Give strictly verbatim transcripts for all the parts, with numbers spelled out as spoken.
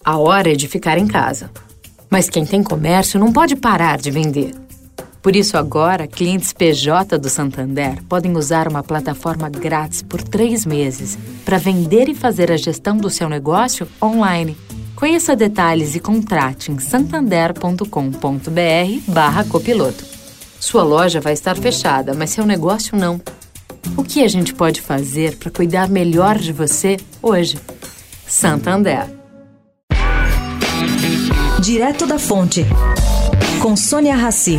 A hora é de ficar em casa. Mas quem tem comércio não pode parar de vender. Por isso agora, clientes P J do Santander podem usar uma plataforma grátis por três meses para vender e fazer a gestão do seu negócio online. Conheça detalhes e contrate em santander.com.br barra copiloto. Sua loja vai estar fechada, mas seu negócio não. O que a gente pode fazer para cuidar melhor de você hoje? Santander. Direto da Fonte, com Sônia Rassi.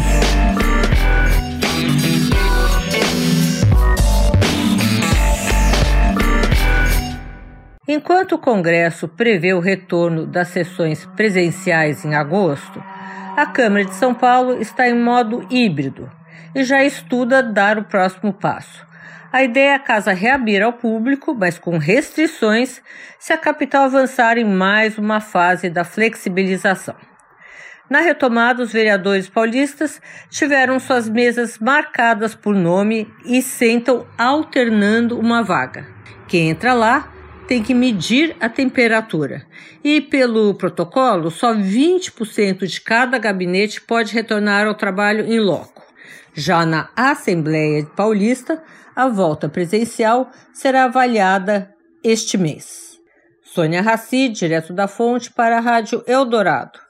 Enquanto o Congresso prevê o retorno das sessões presenciais em agosto, a Câmara de São Paulo está em modo híbrido e já estuda dar o próximo passo. A ideia é a casa reabrir ao público, mas com restrições, se a capital avançar em mais uma fase da flexibilização. Na retomada, os vereadores paulistas tiveram suas mesas marcadas por nome e sentam alternando uma vaga. Quem entra lá tem que medir a temperatura. E, pelo protocolo, só vinte por cento de cada gabinete pode retornar ao trabalho em loco. Já na Assembleia Paulista, a volta presencial será avaliada este mês. Sônia Rassi, direto da Fonte, para a Rádio Eldorado.